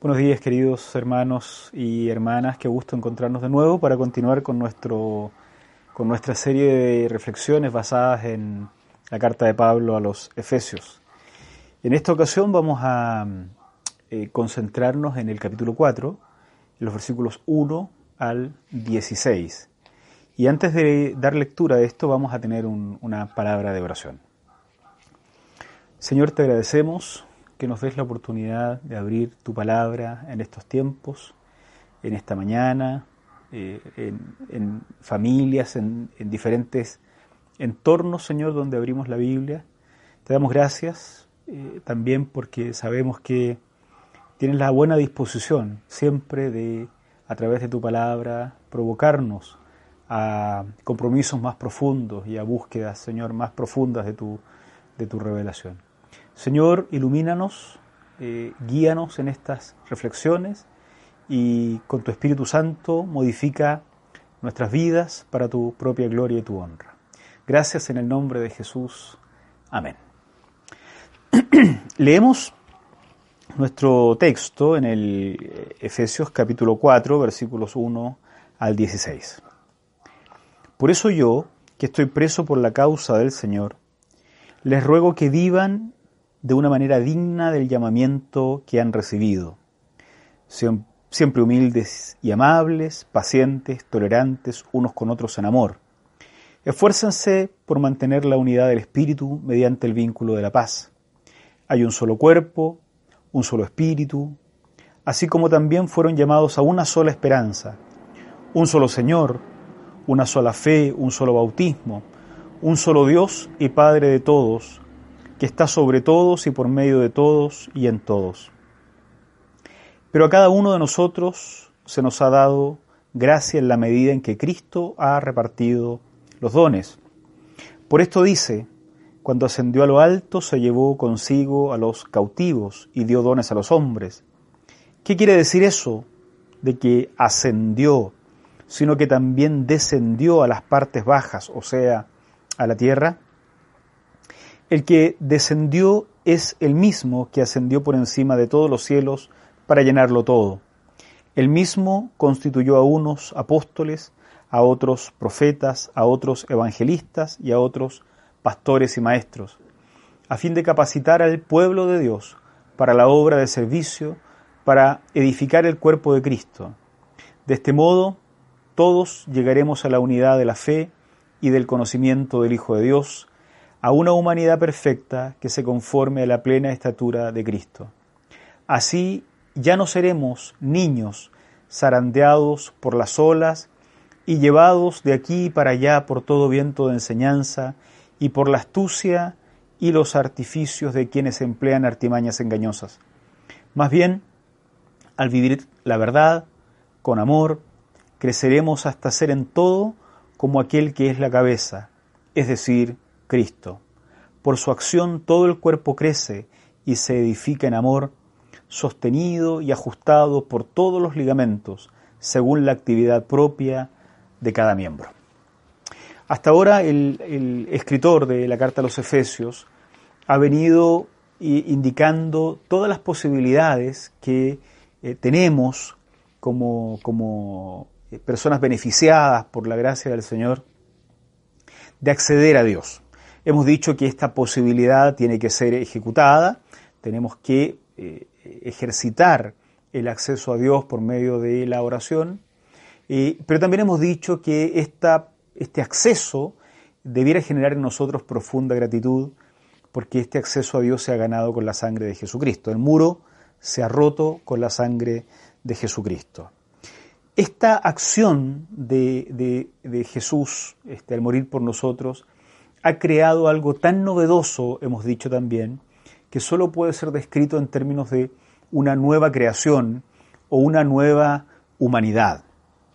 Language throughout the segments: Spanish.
Buenos días, queridos hermanos y hermanas, qué gusto encontrarnos de nuevo para continuar con nuestra serie de reflexiones basadas en la carta de Pablo a los Efesios. En esta ocasión vamos a concentrarnos en el capítulo 4, en los versículos 1 al 16. Y antes de dar lectura de esto vamos a tener una palabra de oración. Señor, te agradecemos que nos des la oportunidad de abrir tu palabra en estos tiempos, en esta mañana, en familias, en diferentes entornos, Señor, donde abrimos la Biblia. Te damos gracias también porque sabemos que tienes la buena disposición siempre de, a través de tu palabra, provocarnos a compromisos más profundos y a búsquedas, Señor, más profundas de tu revelación. Señor, ilumínanos, guíanos en estas reflexiones y con tu Espíritu Santo modifica nuestras vidas para tu propia gloria y tu honra. Gracias en el nombre de Jesús. Amén. Leemos nuestro texto en el Efesios capítulo 4, versículos 1 al 16. Por eso yo, que estoy preso por la causa del Señor, les ruego que vivan de una manera digna del llamamiento que han recibido. Sean siempre humildes y amables, pacientes, tolerantes unos con otros en amor. Esfuércense por mantener la unidad del espíritu mediante el vínculo de la paz. Hay un solo cuerpo, un solo espíritu, así como también fueron llamados a una sola esperanza, un solo Señor, una sola fe, un solo bautismo, un solo Dios y Padre de todos, que está sobre todos y por medio de todos y en todos. Pero a cada uno de nosotros se nos ha dado gracia en la medida en que Cristo ha repartido los dones. Por esto dice, cuando ascendió a lo alto se llevó consigo a los cautivos y dio dones a los hombres. ¿Qué quiere decir eso de que ascendió, sino que también descendió a las partes bajas, o sea, a la tierra? El que descendió es el mismo que ascendió por encima de todos los cielos para llenarlo todo. El mismo constituyó a unos apóstoles, a otros profetas, a otros evangelistas y a otros pastores y maestros, a fin de capacitar al pueblo de Dios para la obra de servicio, para edificar el cuerpo de Cristo. De este modo, todos llegaremos a la unidad de la fe y del conocimiento del Hijo de Dios, a una humanidad perfecta que se conforme a la plena estatura de Cristo. Así ya no seremos niños zarandeados por las olas y llevados de aquí para allá por todo viento de enseñanza y por la astucia y los artificios de quienes emplean artimañas engañosas. Más bien, al vivir la verdad, con amor, creceremos hasta ser en todo como aquel que es la cabeza, es decir, Cristo. Por su acción todo el cuerpo crece y se edifica en amor, sostenido y ajustado por todos los ligamentos, según la actividad propia de cada miembro. Hasta ahora el escritor de la carta a los Efesios ha venido indicando todas las posibilidades que tenemos como personas beneficiadas por la gracia del Señor de acceder a Dios. Hemos dicho que esta posibilidad tiene que ser ejecutada, tenemos que ejercitar el acceso a Dios por medio de la oración, pero también hemos dicho que este acceso debiera generar en nosotros profunda gratitud, porque este acceso a Dios se ha ganado con la sangre de Jesucristo. El muro se ha roto con la sangre de Jesucristo. Esta acción de Jesús al morir por nosotros ha creado algo tan novedoso, hemos dicho también, que solo puede ser descrito en términos de una nueva creación o una nueva humanidad.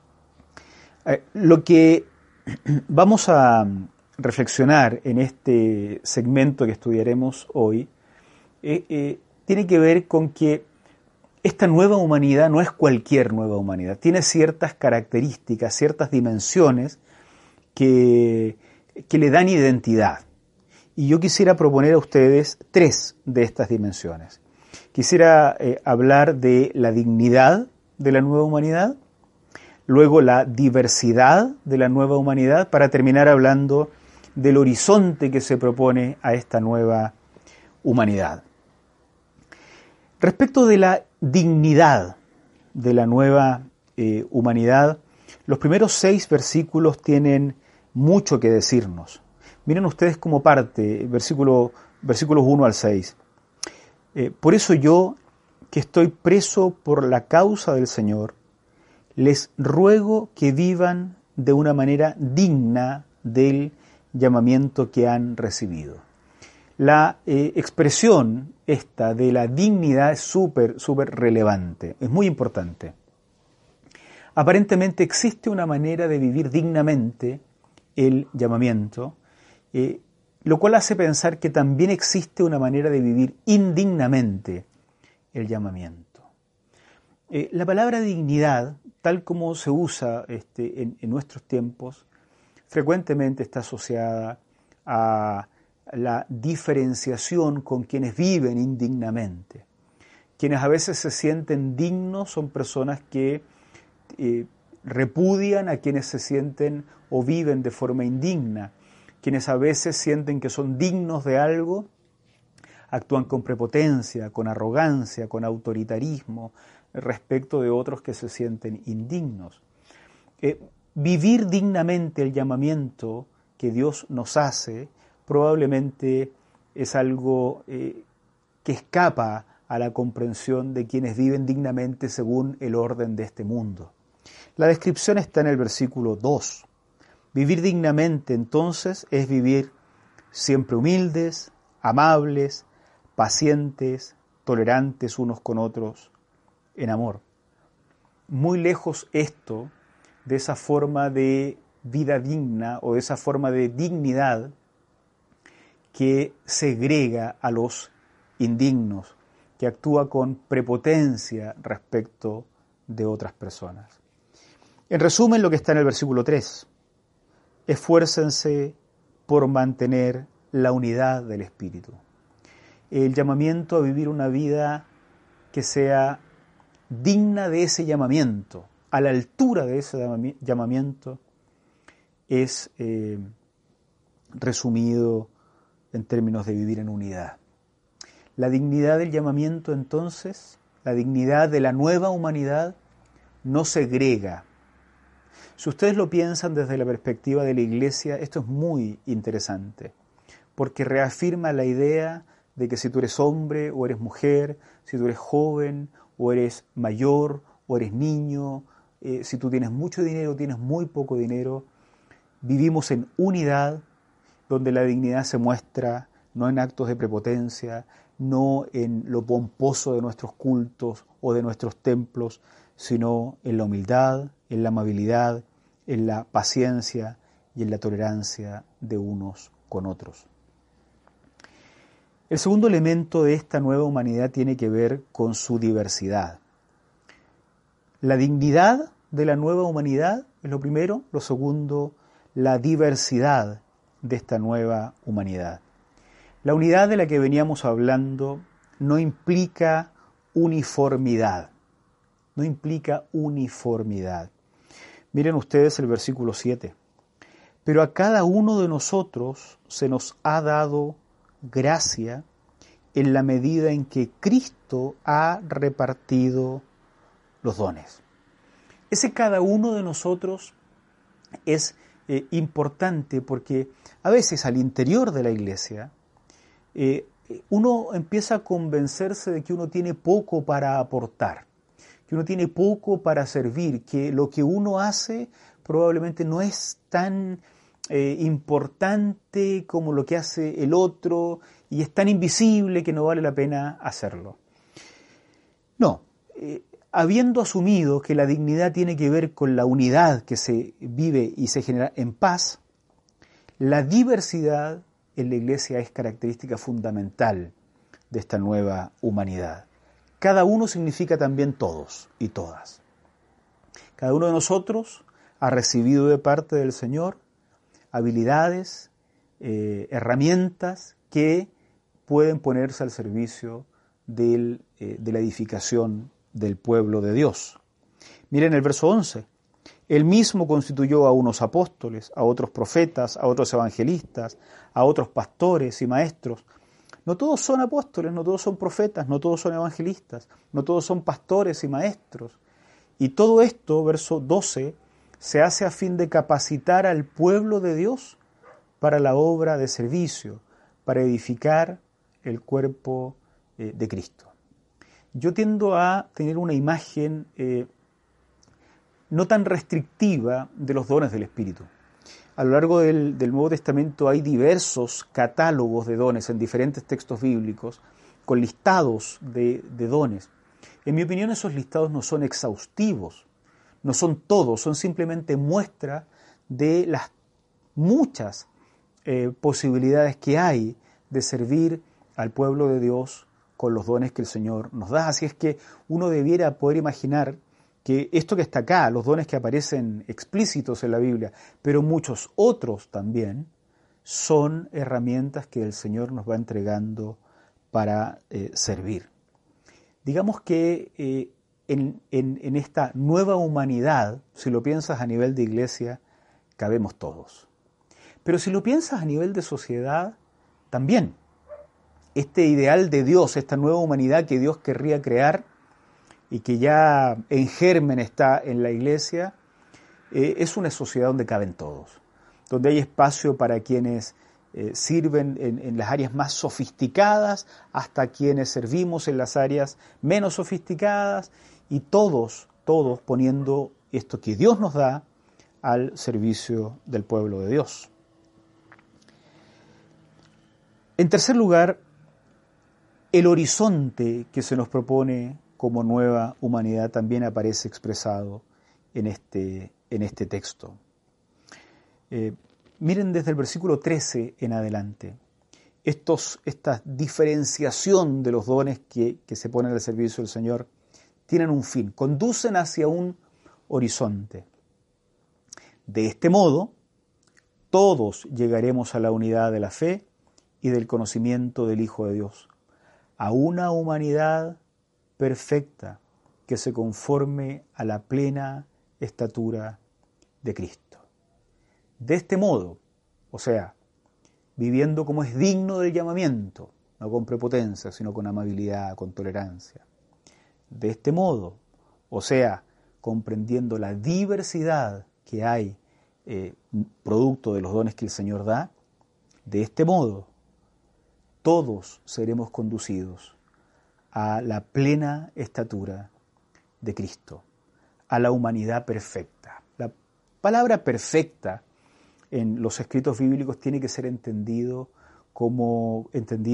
Lo que vamos a reflexionar en este segmento que estudiaremos hoy tiene que ver con que esta nueva humanidad no es cualquier nueva humanidad, tiene ciertas características, ciertas dimensiones que le dan identidad. Y yo quisiera proponer a ustedes 3 de estas dimensiones. Quisiera hablar de la dignidad de la nueva humanidad, luego la diversidad de la nueva humanidad, para terminar hablando del horizonte que se propone a esta nueva humanidad. Respecto de la dignidad de la nueva humanidad, los primeros 6 versículos tienen mucho que decirnos. Miren ustedes cómo parte, versículos 1 al 6. Por eso yo, que estoy preso por la causa del Señor, les ruego que vivan de una manera digna del llamamiento que han recibido. La expresión esta de la dignidad es súper relevante, es muy importante. Aparentemente existe una manera de vivir dignamente el llamamiento, lo cual hace pensar que también existe una manera de vivir indignamente el llamamiento. La palabra dignidad, tal como se usa en nuestros tiempos, frecuentemente está asociada a la diferenciación con quienes viven indignamente. Quienes a veces se sienten dignos son personas que repudian a quienes se sienten o viven de forma indigna. Quienes a veces sienten que son dignos de algo, actúan con prepotencia, con arrogancia, con autoritarismo respecto de otros que se sienten indignos. Vivir dignamente el llamamiento que Dios nos hace probablemente es algo que escapa a la comprensión de quienes viven dignamente según el orden de este mundo. La descripción está en el versículo 2. Vivir dignamente, entonces, es vivir siempre humildes, amables, pacientes, tolerantes unos con otros, en amor. Muy lejos esto de esa forma de vida digna o de esa forma de dignidad que segrega a los indignos, que actúa con prepotencia respecto de otras personas. En resumen, lo que está en el versículo 3. Esfuércense por mantener la unidad del Espíritu. El llamamiento a vivir una vida que sea digna de ese llamamiento, a la altura de ese llamamiento, es resumido en términos de vivir en unidad. La dignidad del llamamiento, entonces, la dignidad de la nueva humanidad, no segrega. Si ustedes lo piensan desde la perspectiva de la Iglesia, esto es muy interesante, porque reafirma la idea de que si tú eres hombre o eres mujer, si tú eres joven o eres mayor o eres niño, si tú tienes mucho dinero o tienes muy poco dinero, vivimos en unidad, donde la dignidad se muestra no en actos de prepotencia, no en lo pomposo de nuestros cultos o de nuestros templos, sino en la humildad, en la amabilidad, en la paciencia y en la tolerancia de unos con otros. El segundo elemento de esta nueva humanidad tiene que ver con su diversidad. La dignidad de la nueva humanidad es lo primero, lo segundo, la diversidad de esta nueva humanidad. La unidad de la que veníamos hablando no implica uniformidad. No implica uniformidad. Miren ustedes el versículo 7. Pero a cada uno de nosotros se nos ha dado gracia en la medida en que Cristo ha repartido los dones. Ese cada uno de nosotros es importante porque a veces al interior de la iglesia uno empieza a convencerse de que uno tiene poco para aportar, que uno tiene poco para servir, que lo que uno hace probablemente no es tan importante como lo que hace el otro y es tan invisible que no vale la pena hacerlo. No, habiendo asumido que la dignidad tiene que ver con la unidad que se vive y se genera en paz, la diversidad en la iglesia es característica fundamental de esta nueva humanidad. Cada uno significa también todos y todas. Cada uno de nosotros ha recibido de parte del Señor habilidades, herramientas que pueden ponerse al servicio de la edificación del pueblo de Dios. Miren el verso 11. Él mismo constituyó a unos apóstoles, a otros profetas, a otros evangelistas, a otros pastores y maestros. No todos son apóstoles, no todos son profetas, no todos son evangelistas, no todos son pastores y maestros. Y todo esto, verso 12, se hace a fin de capacitar al pueblo de Dios para la obra de servicio, para edificar el cuerpo de Cristo. Yo tiendo a tener una imagen no tan restrictiva de los dones del Espíritu. A lo largo del Nuevo Testamento hay diversos catálogos de dones en diferentes textos bíblicos, con listados de dones. En mi opinión, esos listados no son exhaustivos, no son todos, son simplemente muestra de las muchas posibilidades que hay de servir al pueblo de Dios con los dones que el Señor nos da. Así es que uno debiera poder imaginar que esto que está acá, los dones que aparecen explícitos en la Biblia, pero muchos otros también, son herramientas que el Señor nos va entregando para servir. Digamos que en esta nueva humanidad, si lo piensas a nivel de iglesia, cabemos todos. Pero si lo piensas a nivel de sociedad, también. Este ideal de Dios, esta nueva humanidad que Dios querría crear y que ya en germen está en la iglesia, es una sociedad donde caben todos, donde hay espacio para quienes sirven en las áreas más sofisticadas, hasta quienes servimos en las áreas menos sofisticadas, y todos poniendo esto que Dios nos da al servicio del pueblo de Dios. En tercer lugar, el horizonte que se nos propone como nueva humanidad también aparece expresado en este texto. Miren desde el versículo 13 en adelante, esta diferenciación de los dones que se ponen al servicio del Señor tienen un fin, conducen hacia un horizonte. De este modo, todos llegaremos a la unidad de la fe y del conocimiento del Hijo de Dios, a una humanidad perfecta que se conforme a la plena estatura de Cristo. De este modo, o sea, viviendo como es digno del llamamiento, no con prepotencia, sino con amabilidad, con tolerancia. De este modo, o sea, comprendiendo la diversidad que hay producto de los dones que el Señor da, de este modo, todos seremos conducidos a la plena estatura de Cristo, a la humanidad perfecta. La palabra perfecta en los escritos bíblicos tiene que ser entendida como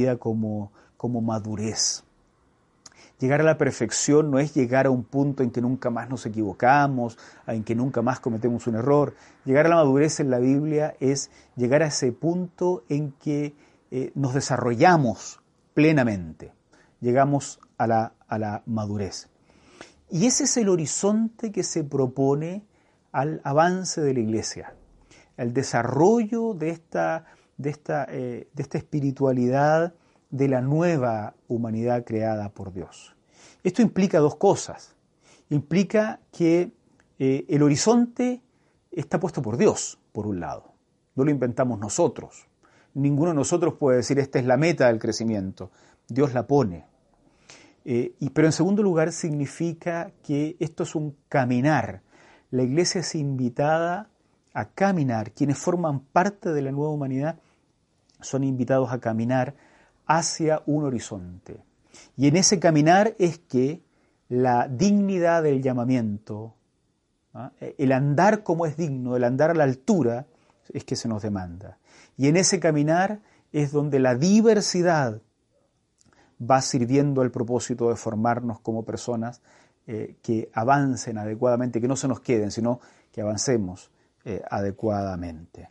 madurez. Llegar a la perfección no es llegar a un punto en que nunca más nos equivocamos, en que nunca más cometemos un error. Llegar a la madurez en la Biblia es llegar a ese punto en que nos desarrollamos plenamente. Llegamos a la madurez. Y ese es el horizonte que se propone al avance de la Iglesia, el desarrollo de esta espiritualidad de la nueva humanidad creada por Dios. Esto implica dos cosas. Implica que el horizonte está puesto por Dios, por un lado. No lo inventamos nosotros. Ninguno de nosotros puede decir esta es la meta del crecimiento. Dios la pone. Pero en segundo lugar significa que esto es un caminar. La Iglesia es invitada a caminar. Quienes forman parte de la nueva humanidad son invitados a caminar hacia un horizonte. Y en ese caminar es que la dignidad del llamamiento, el andar como es digno, el andar a la altura, es que se nos demanda. Y en ese caminar es donde la diversidad va sirviendo al propósito de formarnos como personas que avancen adecuadamente, que no se nos queden, sino que avancemos adecuadamente.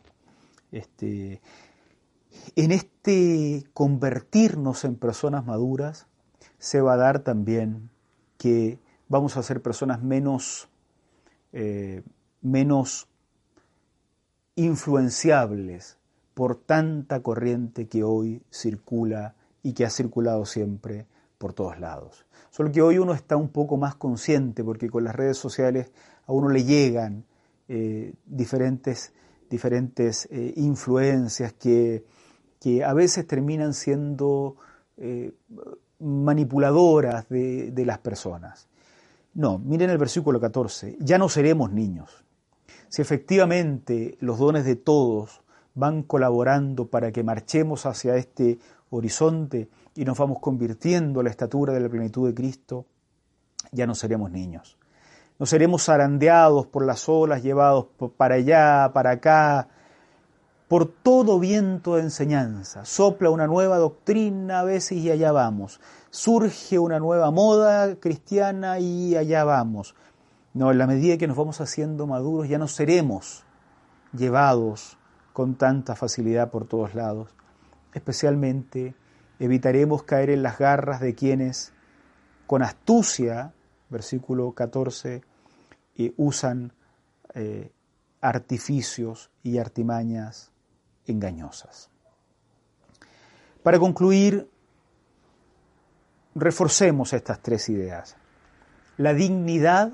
En este convertirnos en personas maduras se va a dar también que vamos a ser personas menos influenciables por tanta corriente que hoy circula y que ha circulado siempre por todos lados. Solo que hoy uno está un poco más consciente porque con las redes sociales a uno le llegan diferentes influencias que a veces terminan siendo manipuladoras de las personas. No, miren el versículo 14, ya no seremos niños. Si efectivamente los dones de todos van colaborando para que marchemos hacia este horizonte y nos vamos convirtiendo a la estatura de la plenitud de Cristo, ya no seremos niños. No seremos zarandeados por las olas, llevados para allá, para acá, por todo viento de enseñanza. Sopla una nueva doctrina a veces y allá vamos. Surge una nueva moda cristiana y allá vamos. No, en la medida que nos vamos haciendo maduros ya no seremos llevados con tanta facilidad por todos lados. Especialmente evitaremos caer en las garras de quienes con astucia, versículo 14, usan artificios y artimañas engañosas. Para concluir, reforcemos estas tres ideas. La dignidad,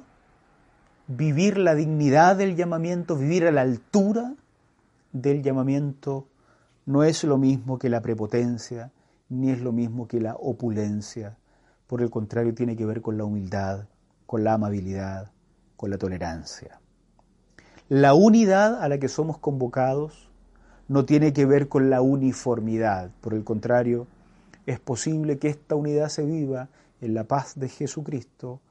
vivir la dignidad del llamamiento, vivir a la altura del llamamiento, no es lo mismo que la prepotencia, ni es lo mismo que la opulencia. Por el contrario, tiene que ver con la humildad, con la amabilidad, con la tolerancia. La unidad a la que somos convocados no tiene que ver con la uniformidad. Por el contrario, es posible que esta unidad se viva en la paz de Jesucristo,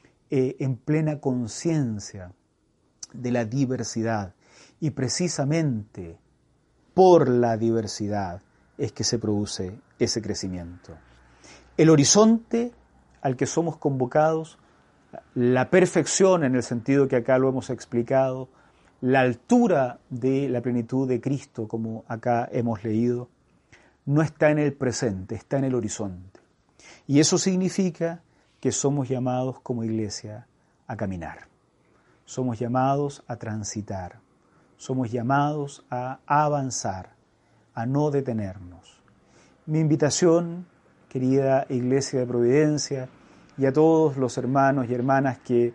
en plena conciencia de la diversidad. Y precisamente por la diversidad es que se produce ese crecimiento. El horizonte al que somos convocados, la perfección en el sentido que acá lo hemos explicado, la altura de la plenitud de Cristo, como acá hemos leído, no está en el presente, está en el horizonte. Y eso significa que somos llamados como iglesia a caminar. Somos llamados a transitar. Somos llamados a avanzar, a no detenernos. Mi invitación, querida Iglesia de Providencia, y a todos los hermanos y hermanas que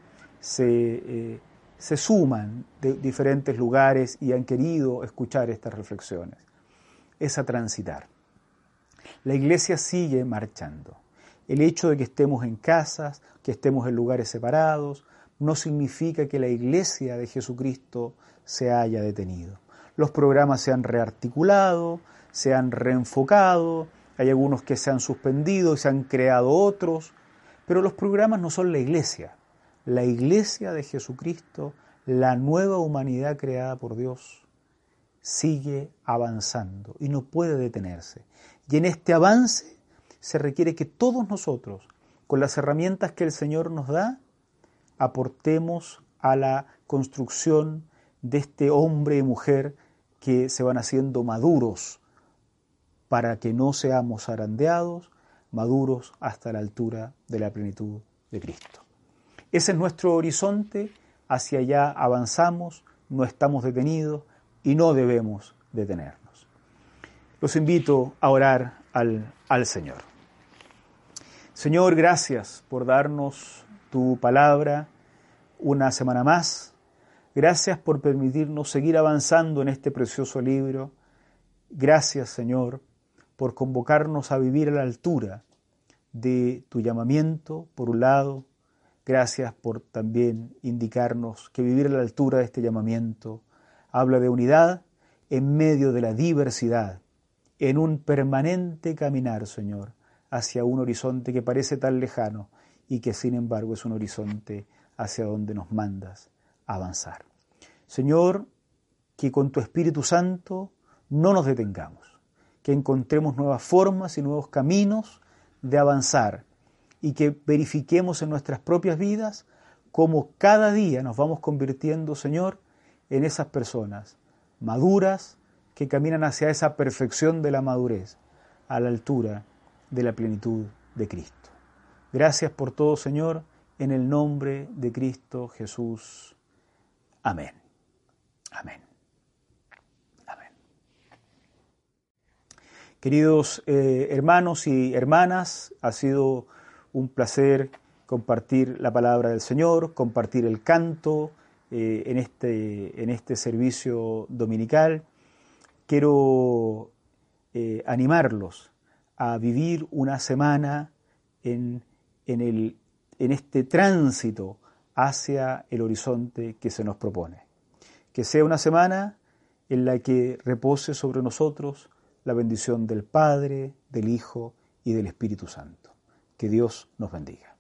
se suman de diferentes lugares y han querido escuchar estas reflexiones, es a transitar. La Iglesia sigue marchando. El hecho de que estemos en casas, que estemos en lugares separados, no significa que la Iglesia de Jesucristo se haya detenido. Los programas se han rearticulado, se han reenfocado, hay algunos que se han suspendido y se han creado otros, pero los programas no son la Iglesia. La Iglesia de Jesucristo, la nueva humanidad creada por Dios, sigue avanzando y no puede detenerse. Y en este avance se requiere que todos nosotros, con las herramientas que el Señor nos da, aportemos a la construcción de este hombre y mujer que se van haciendo maduros para que no seamos zarandeados, maduros hasta la altura de la plenitud de Cristo. Ese es nuestro horizonte, hacia allá avanzamos, no estamos detenidos y no debemos detenernos. Los invito a orar al Señor. Señor, gracias por darnos tu palabra una semana más. Gracias por permitirnos seguir avanzando en este precioso libro. Gracias, Señor, por convocarnos a vivir a la altura de tu llamamiento, por un lado. Gracias por también indicarnos que vivir a la altura de este llamamiento habla de unidad en medio de la diversidad, en un permanente caminar, Señor, hacia un horizonte que parece tan lejano y que sin embargo es un horizonte hacia donde nos mandas a avanzar. Señor, que con tu Espíritu Santo no nos detengamos, que encontremos nuevas formas y nuevos caminos de avanzar y que verifiquemos en nuestras propias vidas cómo cada día nos vamos convirtiendo, Señor, en esas personas maduras que caminan hacia esa perfección de la madurez, a la altura de la plenitud de Cristo. Gracias por todo, Señor, en el nombre de Cristo Jesús. Amén. Amén. Amén. Queridos hermanos y hermanas, ha sido un placer compartir la palabra del Señor, compartir el canto en este servicio dominical. Quiero animarlos a vivir una semana en este tránsito hacia el horizonte que se nos propone. Que sea una semana en la que repose sobre nosotros la bendición del Padre, del Hijo y del Espíritu Santo. Que Dios nos bendiga.